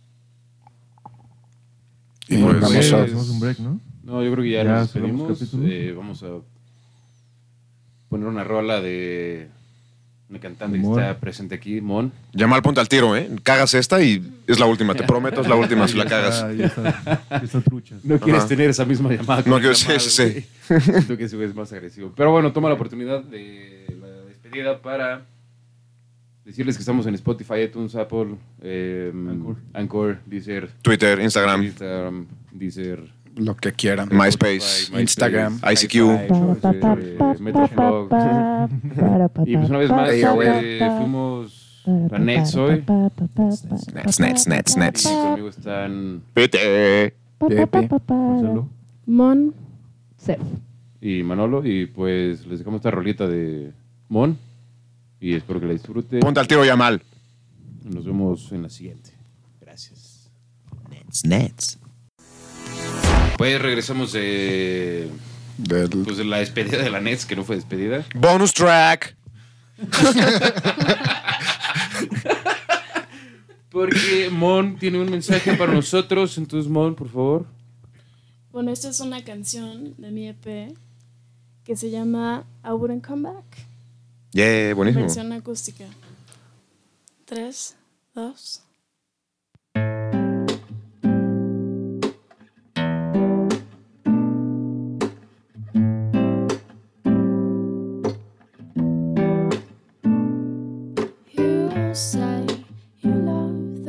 Y Pues, vamos Pues, a... hacemos un break, ¿no? No, yo creo que ya, Ya nos cerramos despedimos. capítulo. Eh, vamos a poner una rola de una cantante que Mon. está presente aquí, Mon. Llama ponte al tiro, ¿eh? Cagas esta y es la última. Te prometo, es la última si la cagas. Ya está, ya está trucha. No quieres Ajá. tener esa misma llamada. No con quiero- el sí, llamado, sí, sí. güey. Siento que ese güey es más agresivo. Pero bueno, toma la oportunidad de la despedida para decirles que estamos en Spotify, iTunes, Apple, eh, Anchor. Anchor, Deezer, Twitter, Instagram, Instagram, Deezer, Lo que quieran. MySpace, Spotify, Instagram, I C Q. eh, Metroflog. Y pues una vez más, Ey, güey. eh, fuimos a Nets hoy. Nets, nets, nets, Y nets. conmigo están Vete. Pepe. Marcelo. Mon. Sef. y Manolo. Y pues les dejamos esta rolita de Mon. Y espero que la disfruten. Ponte al tiro, Yamal. Nos vemos en la siguiente. Gracias. Nets, nets. Pues regresamos de, Del... pues, de la despedida de la Nets, que no fue despedida. Bonus track. Porque Mon tiene un mensaje para nosotros. Entonces, Mon, por favor. Bueno, esta es una canción de mi E P que se llama I Wouldn't Come Back. Yeah, buenísimo. Versión acústica. Tres, dos. You say you love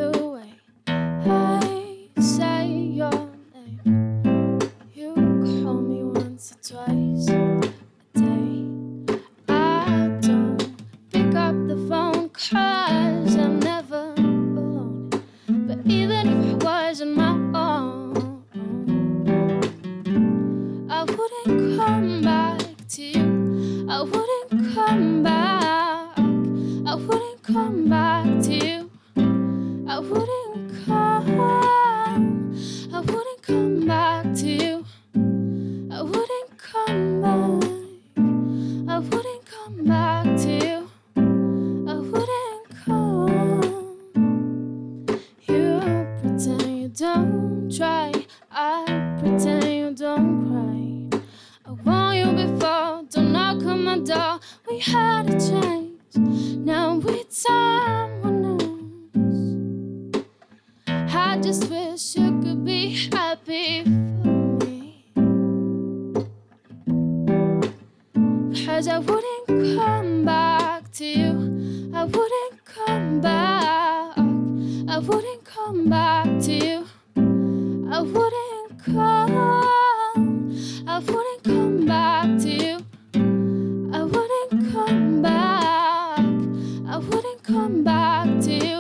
I wouldn't come back. I wouldn't come back to you. I wouldn't come. I wouldn't come back to you. I wouldn't come back. I wouldn't come back to you.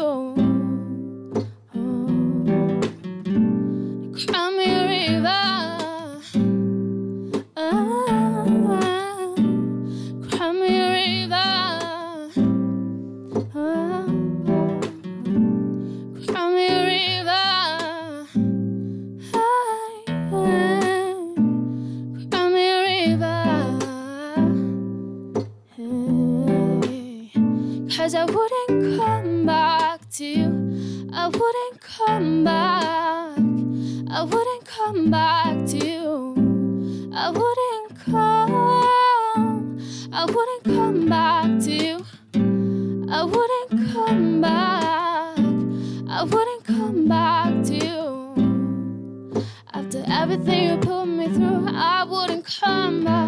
Oh. Cry me a river. Oh. Cry me a river. Oh. Cry me a river. Hey, hey. Cry me a river. Hey. 'Cause I wouldn't come back to you. I wouldn't come back. I wouldn't come back to you. I wouldn't come. I wouldn't come back to you. I wouldn't come back. I wouldn't come back to you. After everything you put me through, I wouldn't come back.